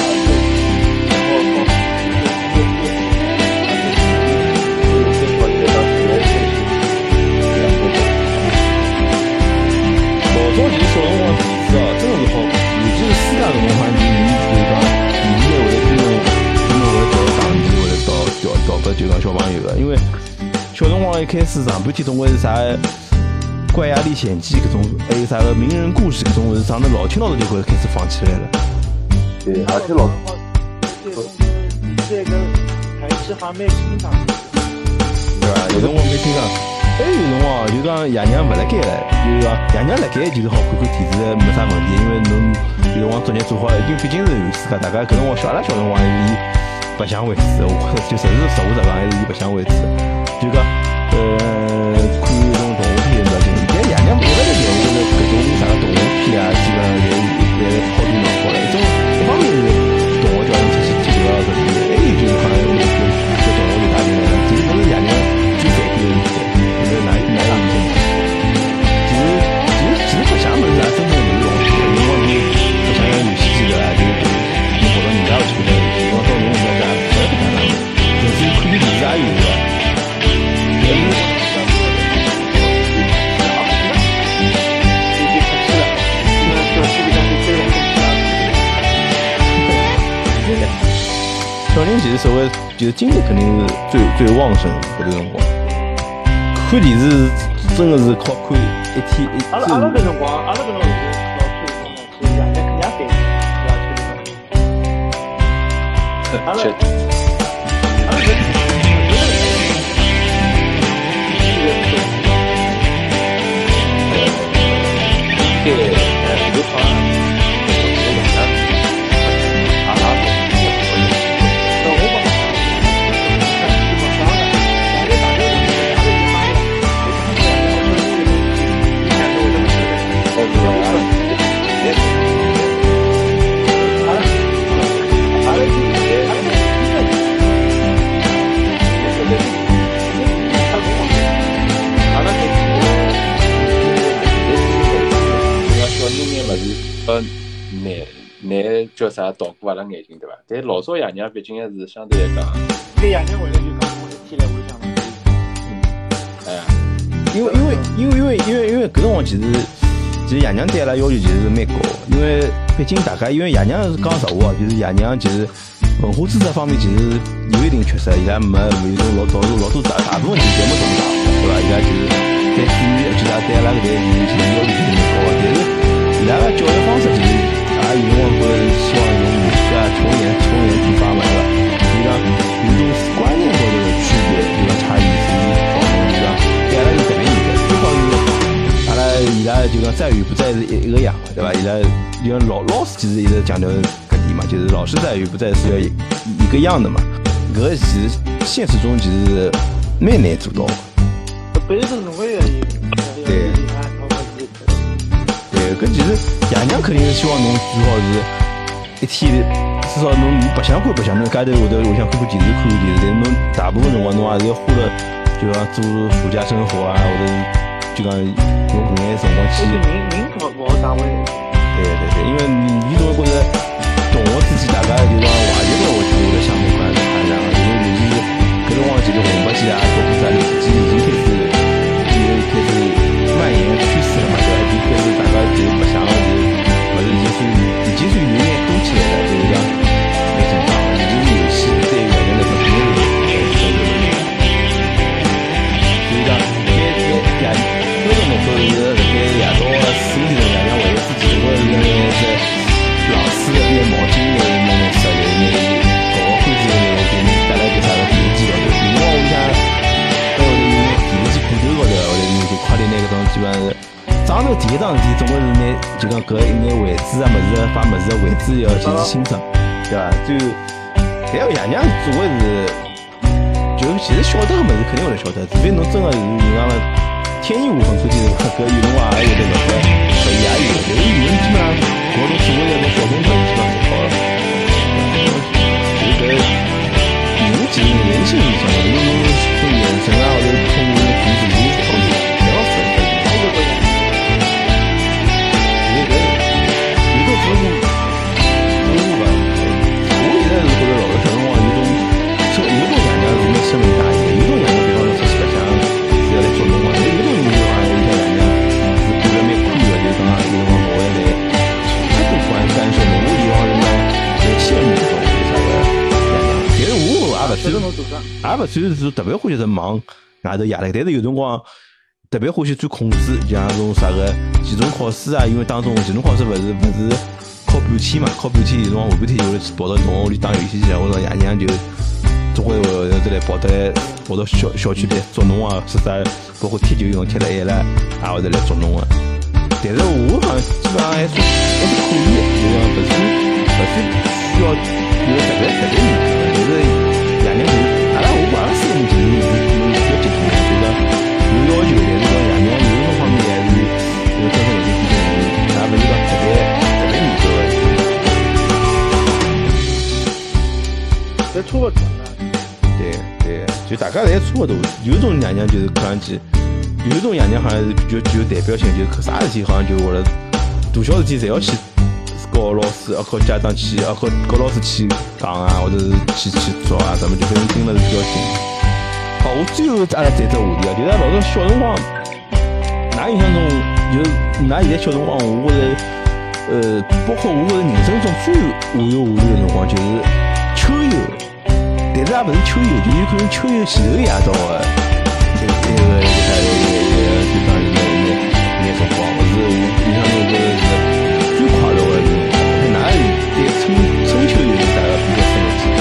老早其实小辰光电视哦，真的是好，尤其是暑假辰光，好像你你就是讲电视会专门专门会调到档期，或者到调调拨就讲小朋友个，因为小辰光一开始上半天总归是啥《怪鸭历险记》搿种，还有啥个名人故事搿种，是上得老清老早就会开始放起来了。 对，而且老对，这个台期还蛮清爽， 对伐？有辰光蛮清爽。还有辰光就讲爷娘勿辣盖了，就是讲爷娘辣盖就是好看看电视没啥问题，因为侬有辰光作业做好，因为毕竟是游戏界，大家搿辰光小阿拉小辰光还是以白相为主，我就实事实话实讲还是以白相为主，就讲呃看那种动画片是吧？但爷娘勿一直辣盖，我觉得搿种啥个动画片啊，基本上侪侪好多脑好了。一种一方面是动画叫人出去接触啊搿种，还有就是好像就就动画就打进来了，其实搿是爷娘最反感的一点。哪哪有意见？其实其实其实白相么子啊，真正有用。有辰光你白相个游戏机个啊，就是你跑到人家屋去白相游戏，我到侬屋里向不晓得白相啥物事，甚至于看电视也有个。但是，小人其实稍微就是精力肯定是最最旺盛的搿个辰光。看电视真的是靠看一天一。 阿拉阿拉搿辰光，阿拉搿辰光是老看辰光，其实爷娘肯定也反对，阿拉阿拉搿。 对，呃，有好像有晚上，阿拉都那我帮基本上的，大概大概的，大概一般的，以前都这么说的， 我不知道啊，也是， 阿拉阿拉就阿拉就一个，他跟我， 阿拉这小人眼么是呃难难叫啥逃过阿拉眼睛对伐？但老早爷娘毕竟还是相对来讲， 跟爷娘回来就讲我一天来屋里向嘛。 哎， 因为因为因为因为因为因为搿辰光其实其实爷娘对阿拉要求其实是蛮高，因为毕竟大家因为爷娘是讲实话，就是爷娘其实文化知识方面其实有一定缺失，伊拉没有种老导致老多大大部分人侪没读大学，对伐？伊拉就是对子女而且拉对阿拉搿代人其实要求其实蛮高的，但是伊拉个教育方式其实也有辰光觉着希望用儒家从严从严出发嘛，对伐？所以讲有种观念高头的区别，有种差异，所以造成就讲对阿拉是特别严格。最好是阿拉伊拉就讲在与不在是一一个样的，对伐？伊拉就像老老师其实一直强调搿点嘛，就是老师在与不在是要一一个样的嘛。搿其实现实中其实蛮难做到的。 本身侬个原因， 对。对，搿其实爷娘肯定是希望侬最好是一天至少侬白相归白相，侬家头会得屋里向看看电视看看电视，但侬大部分辰光侬还是要花了，就讲做暑假生活啊，或者就讲用搿眼辰光去。 人人勿勿好打回来。 对对对，因为你总会觉着同学之间大家就讲话题个话题会得相互关看上个，因为尤其是搿辰光其实红白机啊，包括啥游戏机已经开始已经开始蔓延趋势了嘛，对伐？已经开始大家就白相了，就说是辣盖夜到四五点钟，爷娘为了自己总归是拿只冷水、拿毛巾、拿拿拿湿的、拿搞好干净的，给带来个啥个电视机高头。有辰光我想，还有那电视机裤头高头，或者就快点拿搿种基本上是。上头第一桩事体，总归是拿就讲搿一眼位置啊、物事啊、摆物事的位置要先去清爽，对伐？就但要爷娘总归是，就其实晓得个物事肯定会得晓得，除非侬真个是人讲了天衣无缝出去，搿有辰光也有得搿个搿也有，但是人基本上搞种所谓的那小动作基本上就好了。就是搿人其实人性影响的，侬侬从眼神啊或者通过举止其实方面，不要死。服务，服务吧。我现在是觉得老了小辰光有种，有种爷娘是蛮声名大一点，有种爷娘比方说出去白相是要来捉弄嘛，但有种人的话，我看爷娘是过得蛮苦的，就讲有辰光勿会来太多关干涉侬，我就好像蛮蛮羡慕这种啥个爷娘。但是我也勿算，也勿算是特别欢喜在忙外头夜来，但是有辰光。特别欢喜做控制，像种啥个期中考试啊，因为当中期中考试勿是勿是考半天嘛，考半天有辰光下半天就会跑到同学屋里打游戏机啊，或者爷娘就总归会得来跑得来跑到小小区里捉弄啊，是啥，包括踢球用踢了晚了，也会得来捉弄啊。但是我好像基本上还算还是可以的，就讲勿是勿是需要有特别特别严格的，但是爷娘就是阿拉我阿拉三年级是比较紧张，就讲。有要求，但是讲爷娘有种方面还是有交关有些比较，也勿是讲特别特别严格的。这差不多了。 对对，就大家侪差不多。有种爷娘就是看上去，有种爷娘好像是比较具有代表性，就是啥事体好像就为了大小事体侪要去告老师，要告家长去，要告告老师去讲啊，或者是去去做啊，什么就反正盯了是比较紧。好，我最后阿拉再只话题啊，就是老早小辰光，㑚印象中，就是㑚现在小辰光，我觉着，呃，包括我觉着人生中最无忧无虑的辰光，就是秋游，但是也勿是秋游，就有可能秋游前头夜到的，那个那个那个啥，那个就讲那那那辰光，我是我印象中觉着是最快乐的辰光。㑚对春春秋有啥个比较深的记忆？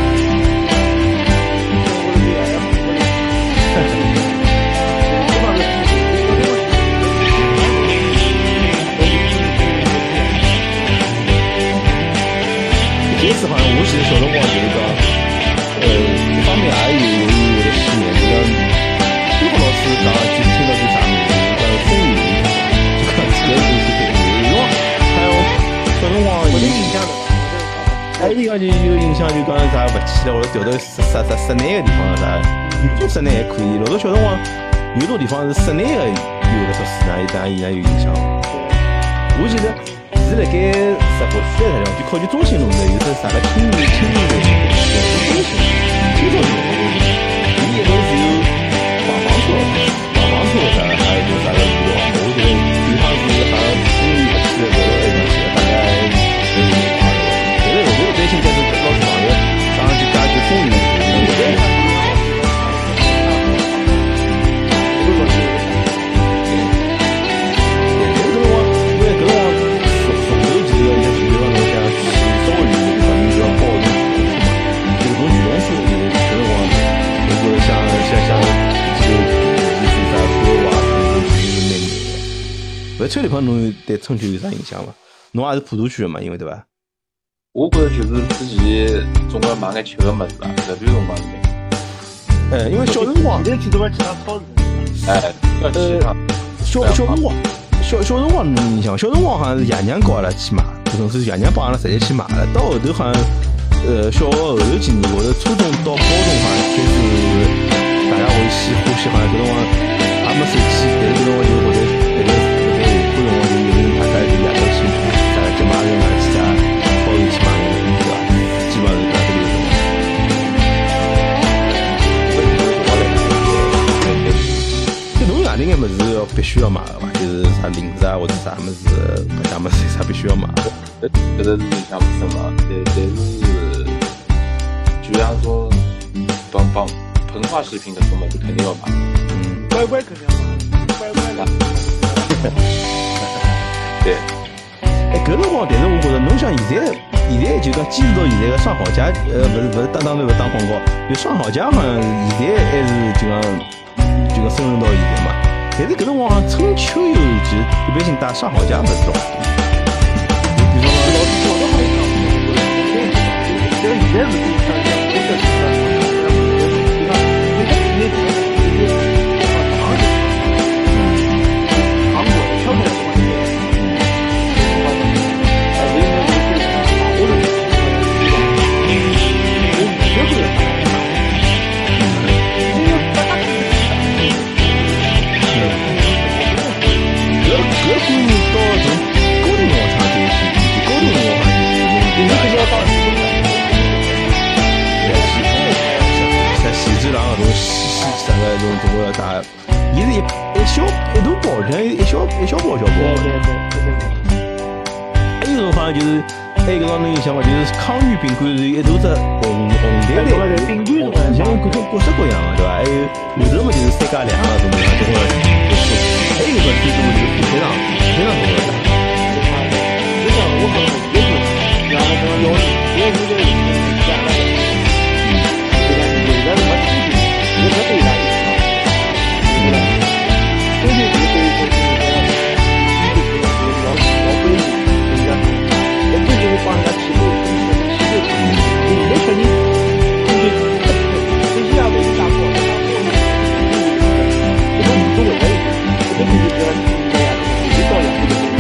一次好像我其实小辰光就是讲，呃，一方面也有我的信念，就讲中国老师讲就听到句啥名字，叫风雨无阻，就讲这个就是对的。有辰光还有小辰光有印象的，还有一个就有印象就讲啥不去了，或者调到室室室室内的地方啥，有种室内还可以。老早小辰光有种地方是室内的有的说是哪，大家应该有印象。我记得。是辣盖石博区的地方，就靠近中心路那有只啥个青绿青绿的中心，青少年的东西，伊一头是有棒棒车，棒棒车啥个，还有就啥个路啊，我觉得有趟是好像风雨不起的，跑到那上去，大家还是蛮快乐的。但是我没有担心，但是老师朋友上去加就风雨无阻，我觉得。搿崔立鹏，侬对春秋有啥印象伐？侬也是普陀区的嘛，因为对伐？ 我觉着就是之前总归买眼吃个物事啦，搿段辰光是蛮。 哎，因为小辰光， 现在去都要去趟超市。 哎，要去趟。 小小辰光，小小辰光侬印象，小辰光好像是爷娘教阿拉去买，可能是爷娘帮阿拉直接去买了。到后头好像，呃，小学后头几年，或者初中到高中好像开始，大家会喜欢喜欢搿辰光也没手机，但是搿辰光就会得那个。有辰光就有人大家就夜到去啥集马人啊去啥超市去买东西对伐？基本上是搿个流程。就侬哪里眼物事要必须要买个伐？就是啥零食啊或者啥物事，搿项物事啥必须要买个？ 搿搿个是印象不深嘛，但但是就像说帮帮膨化食品搿种物事肯定要买。 嗯， 乖乖肯定要买，乖乖的。 对。 哎，搿辰光，但是我觉着，侬像现在，现在就讲坚持到现在个上好佳，呃，勿是勿是，当当然勿是打广告，就上好佳好像现在还是就讲就讲生存到现在嘛。但是搿辰光好像春秋游就一般性打上好佳勿是老多。比如说老老早好像讲，这个现在是不像讲，我这是讲，你看，你看那种就是长的，长果跳出来的关系，哎，为什么这个打过的，我学会了。 搿搿观念到从高中辰光唱就有就高中辰光好像就是用你要到在喜剧上搿种西西啥个搿种总归要打，伊是一一小一大包，像一小一小包小包。 对对对对对。 还有种好像就是还有一个让侬印象嘛，就是康裕饼干是一大只红红袋袋， 饼干像各种各式各样的，对伐？还有后头嘛就是三加两啊，种种总归还有一个最多就是火腿肠，火腿肠总归打。 就像我好像也是，然后这个要也是这个加了的，嗯，这个有的什么东西，有的对他一样，对吧？所以这个对于说是那个，就是老老规矩，对吧？我这就是帮人家起步，起步，你没说你，就是这些啊，为啥做？这个你作为人，这个就是说，大家一到两个东西。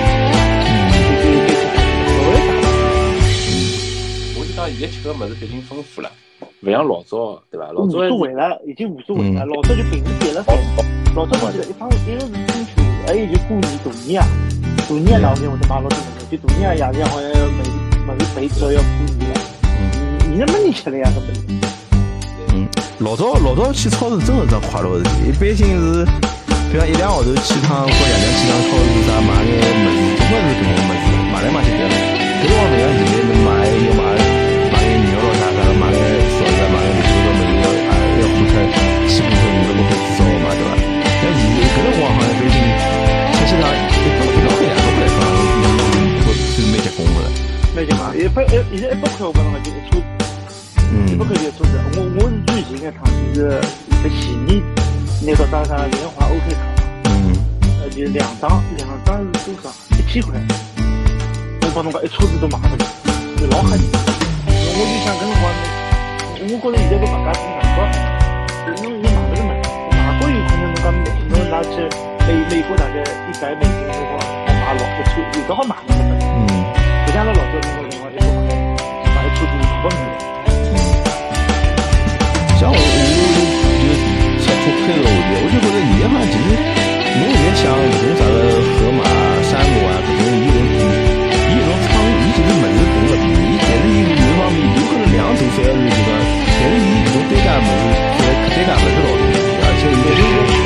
现在吃个物事毕竟丰富了，勿像老早，对伐？老早无所谓了，已经无所谓了。老早就平时点了饭，老早我记得一方一个是春秋，还有就过年大年啊，大年老天我都买老多东西，就大年夜里好像每每每早要过年了。你你那么你吃了呀？根本。 嗯，老早老早去超市真的是桩快乐的事体，一般性是，比如一两号头去趟或两两去趟超市啥买眼物事，总归是搿种物事，买来买去别了。搿辰光勿像现在能买要买。买眼肉咯啥啥的，买眼烧子，买眼牛肉么子要啊要花脱七八块五六块至少嘛，对伐？像现在搿辰光好像毕竟吃起来一百一百块两百块好像我算蛮结棍个了。 蛮结棍，一百一现在一百块我讲个就一车子，一百块就一车子。我我是最近一趟就是在悉尼那个啥啥莲花 OK 卡，嗯，呃就两张两张是多少？一千块。我帮侬讲一车子都买不起，就老吓人。我就想跟辰光，我觉着现在个物价比外国还，侬侬买勿是买，外国有可能侬讲侬拿去美美国大概一百美金辰光，还买老一车，有的好买那个本。嗯。不像那老早那个辰光一百块，买一车子买不起。 嗯。像我我就吃出开个话题，我就觉着现在好像其实侬现在想搿种啥个河马、山姆啊，搿种伊种伊种创意，伊其实物事供了便宜，但是伊有一方面有可能量大反而是就讲，但是伊搿种单价物事，反而客单价勿是老大，而且伊个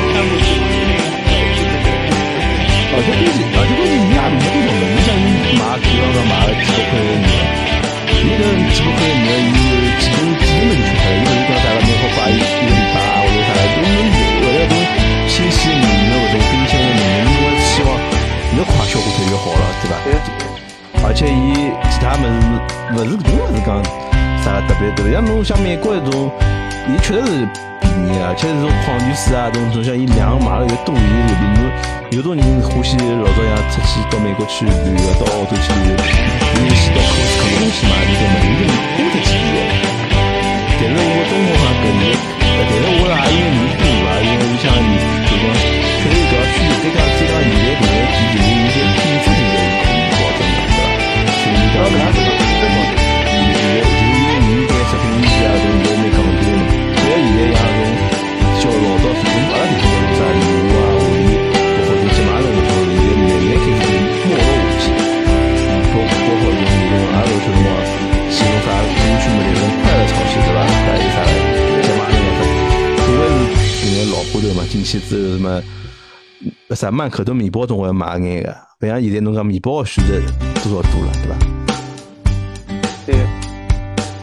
而且关键而且关键伊也没多少物，你像伊买比方讲买个几百块个鱼，伊搿几百块个鱼，伊几吨几吨能吃出来，伊勿是讲啥个侬好摆一一个礼拜啊或者啥个，都能为了种新鲜的鱼搿种冰鲜的鱼，因为希望越快消化脱越好了，对伐？而且伊其他物事勿是搿种物事讲啥特别特别，像侬像美国搿种，伊确实是便宜，而且这种矿泉水啊，种种像伊量买了越多，伊就比如有种人欢喜老早样出去到美国去旅游，到澳洲去旅游，伊先到 Costco 东西嘛，伊就物事就多得起的。但是我中国好像搿年，但是我也因为人多啊，因为你像你就讲确实有搿需求，再讲再讲现在搿个店就是伊些品质就是可以保证的，对伐？所以讲搿样子嘛，真保证。现在就是因为人对食品安全啊，种都蛮讲究的嘛。不要现在像种叫老早是从阿拉地方种啥牛啊、狐狸，包括种吉马人种，现在慢慢开始没落下去。包包括种那种阿拉说辰光，像种啥过去没那种快乐超市，对伐？还有啥吉马人啥，总归是现在老花头嘛，进去之后什么。啥曼可顿面包总会买眼个，不像现在侬讲面包的选择多少多了，对伐？ 对。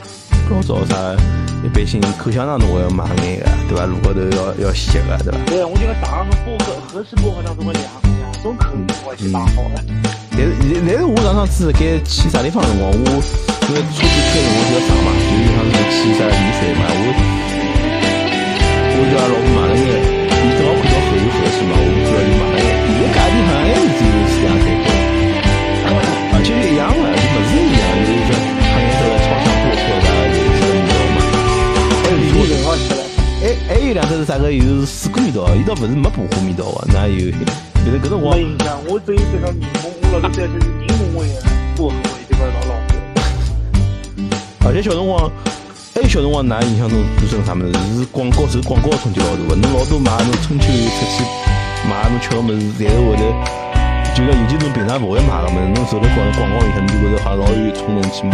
老早啥一般性口香糖侬会要买眼个，对伐？路高头要要吸个，对伐？ 对，我觉得大个薄荷合适薄荷当中的两两种口味我去打好了。 但是但是我上趟子该去啥地方辰光，我因为车子开辰光比较长嘛，就是上次去啥丽水嘛，我我叫老婆买了眼，伊正好看到后有合适嘛，我就要去买了眼。伊个价钿好像还是只有四两三块，而且一样的，就不是一样，就是说黑颜色的超香薄荷啥的，就是这个味道嘛。还有一人好吃了。 还还有两只是啥个？有水果味道，伊倒不是没薄荷味道个，哪有？就是搿辰光没印象，我只有这个柠檬，我老是在就是柠檬味的薄荷味，这个老老火。 而且小辰光，还有小辰光，㑚印象中最深啥物事？是广告受广告冲击老大个，侬老多买侬春秋出去买侬吃个物事，侪是会头，就讲尤其侬平常勿会买个物事，侬受了广广告影响，侬就觉着好像老有冲动去买。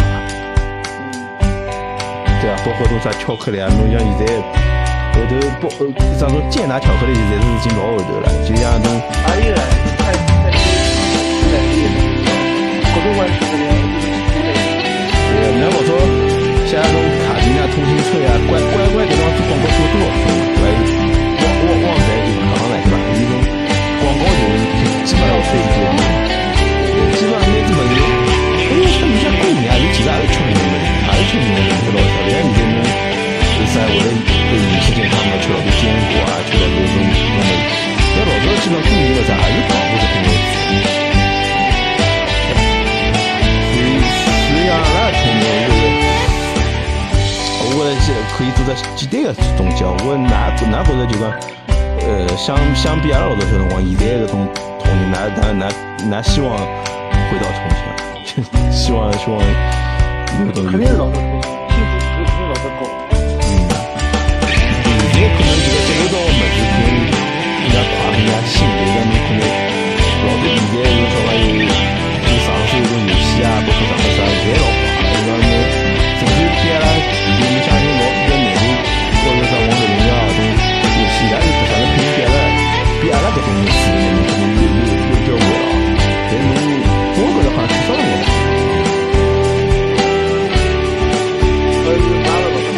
对啊，包括种啥巧克力啊，侬像现在后头包呃啥种健达巧克力，现在是已经老后头了，就像种还有太太太厉害，各种玩巧克力就是出来。 对，你看老早像那种卡丁啊、通心脆啊、乖乖乖搿种做广告做多少分嘛，对伐？旺旺旺仔就不讲了，对伐？伊种广告就是基本上推出来的，基本上每只物事，哎呀，像你像过年啊，有几个也是吃年的，也是吃年的，对老少。像现在侬是啥为了对饮食健康嘛，吃老多坚果啊，吃老多种种物事。要老早基本上过年个啥也是广告这种东西。所以，所以讲阿拉童年，我觉着，我觉着可以做得简单个总结。我哪哪觉着就讲，呃，相相比阿拉老早小辰光，现在搿种童年，哪哪哪哪希望回到从前，希望希望有种肯定是老多幸福值肯定老多高。 嗯，现在可能这个接受到的物事可能更加快，更加新，就像侬可能老多现在有小朋友就上手一种游戏啊，包括上个啥，侪老快，就讲侬甚至比阿拉，就你相信老比较难度，或者啥王者荣耀这种游戏，伊拉是不晓得肯定比阿拉比阿拉搿种水平呢，肯定有有有交关了。但是侬我觉着好像缺少了眼。 所以拿了老多。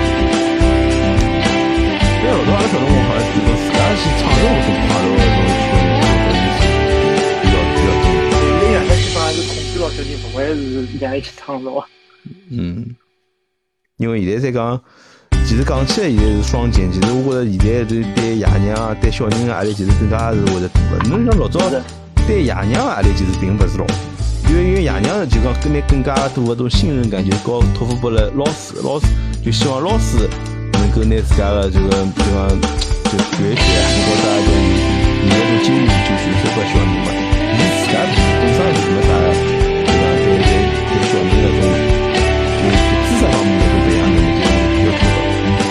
对，老早阿拉小辰光好像就说自家去创造搿种快乐的搿种搿种搿种意思比较比较多。 现在基本上还是控制了小地方，我也是两一起创造。 嗯，因为现在在讲，其实讲起来现在是双减，其实我觉着现在对对爷娘啊、对小人的压力其实更加是会得大的。侬像老早对爷娘的压力其实并不是老大，因为因为爷娘就讲跟你更加多的种信任感就告托付拨了老师，老师就希望老师能够拿自家的这个就讲就学一学啊，或者啥就有那种精力就传授拨小人嘛。伊自家本身就没啥，对吧？对对对小人那种就就知识方面的培养能力就要求高。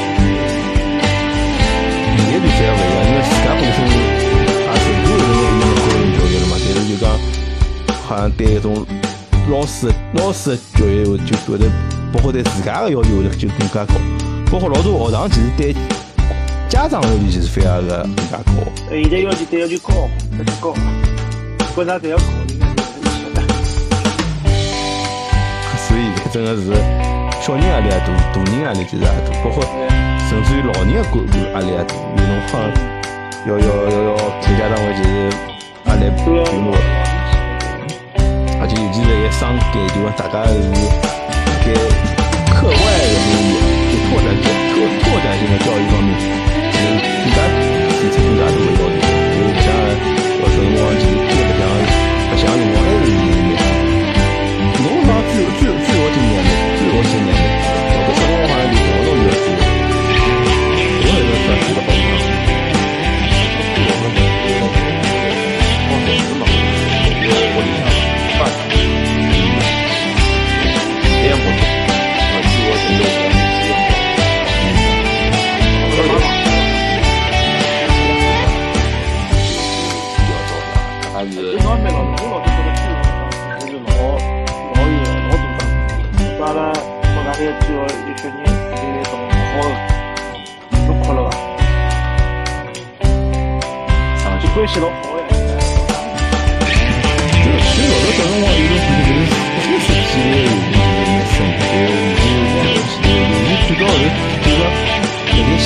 现在就这样不一样，因为自家本身也是有那种一定的高等教育了嘛，但是就讲好像对搿种老师老师的教育就觉得，包括对自家的要求就更加高，包括老多学堂其实对家长的要求其实非常的更加高。 现在要求对要求高，要求高，为啥都要考应该是一起的。 所以真的是小人压力也大，大人压力其实也大，包括甚至于老人的管压力也大，有种好像要要要要开家长会其实压力比较大。而且尤其是在商界，就讲大家是在课外的这种就拓展拓拓展性的教育方面，其实更加提出更加多的要求，就是不像老小辰光其实根本不像不像辰光还是有眼大。侬好像最最最好今年的最好今年的，我的小辰光好像就动不动就要做，我也是算做的好长。 我们放手时嘛，因为我理想。办法，嗯，这样不行，啊，自我拯救的是要好，嗯，好的，比较糟糕，还是。 这方面老我老是觉得这种就是老老有老主张，当然我那里只要有些人对那种好的，都快乐吧，上去关系老好呀。 其实老多小辰光有种感觉就是不是体验有种那深，就是有种有种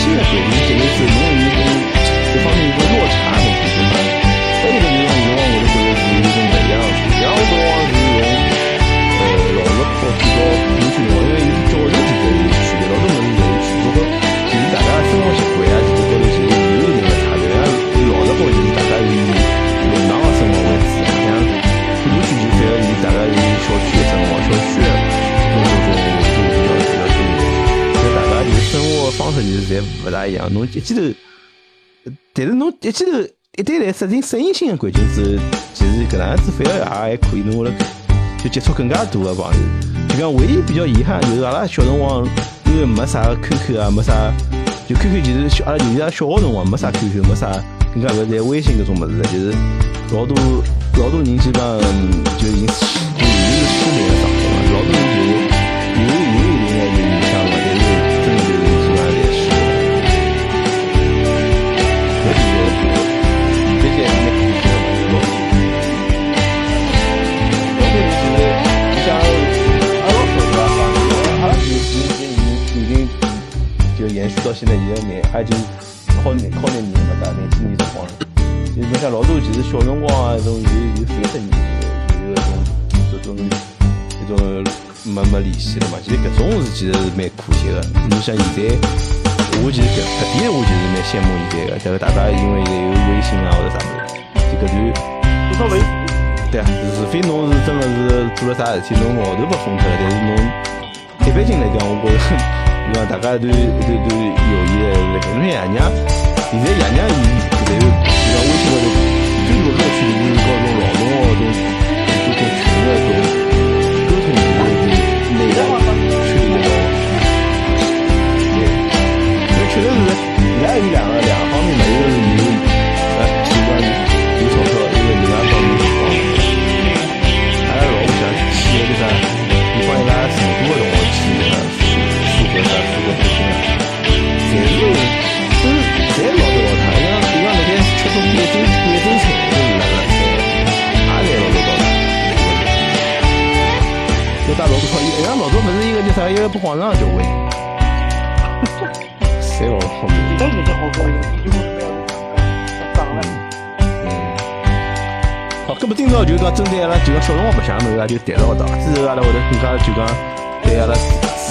新的规定，其实是侬有一种这方面有种落差的，就是嘛。还有一个就是讲，有辰光我就觉得是有一种不一样的。像我搿辰光是用呃老实跑最早进去辰光，因为有教授其实有区别，老多物事侪有区别。不过其实大家生活习惯啊，其实高头其实有一定的差别。像老实跑，其实大家以农场的生活为主，像很多区就反而以大家以小区的生活、小区的种种种都比较比较多。所以大家就是生活方式就是侪勿大一样。侬一记头，但是侬一记头。一旦来设定适应性的环境之后，其实搿能样子反而也还可以，侬会得就接触更加多的朋友。就讲唯一比较遗憾就是阿拉小辰光，因为没啥 Q Q 啊，没啥，就 Q Q 其实小阿拉尤其阿拉小学辰光没啥 Q Q， 没啥，更加勿是在微信搿种物事，就是老多老多人基本上就已经就已经是失联的状态了，老多人就是有有一定的影响了，但是真的就是基本上侪失联了。搿就是这些没可惜的老多，老多人其实你像阿拉说对吧？阿拉其实已经已经就延续到现在，已经廿，也就靠廿靠廿年了嘛，大概廿几年辰光了。就是侬像老多其实小辰光啊，这种有有三十年，有有种这种这种没没联系了嘛。其实搿种是其实是蛮可惜的。你像现在。我其实搿搿点我就是蛮羡慕现在个，这个大家因为有微信啊或者啥物事，就搿段至少维持。 对啊，除非侬是真的是做了啥事体，侬号头被封脱了，但是侬一般性来讲，我觉着，你讲大家都都都友谊的那个，侬像爷娘，现在爷娘伊搿头就讲微信高头最大乐趣就是搞种老农哦，种就种群的种沟通就是内容确立到。确实是，伊拉有两个两个方面嘛，一个是有呃习惯有钞票，一个人家帮侬时光。阿拉老婆想去那个啥，你帮伊拉成都的辰光去那个苏苏格啥苏格附近啊，侪是都侪老头老太，伊讲伊讲那天吃种贵州贵州菜，就是那个菜，也侪老头老太。要打老多炮，伊拉老早不是一个叫啥一个不广场交关。谁老好命？ 但是这好多人几乎是没有人涨了。 嗯。好，搿么今朝就讲针对阿拉就讲小辰光白相物事，就谈到搿搭。之后阿拉会得更加就讲对阿拉自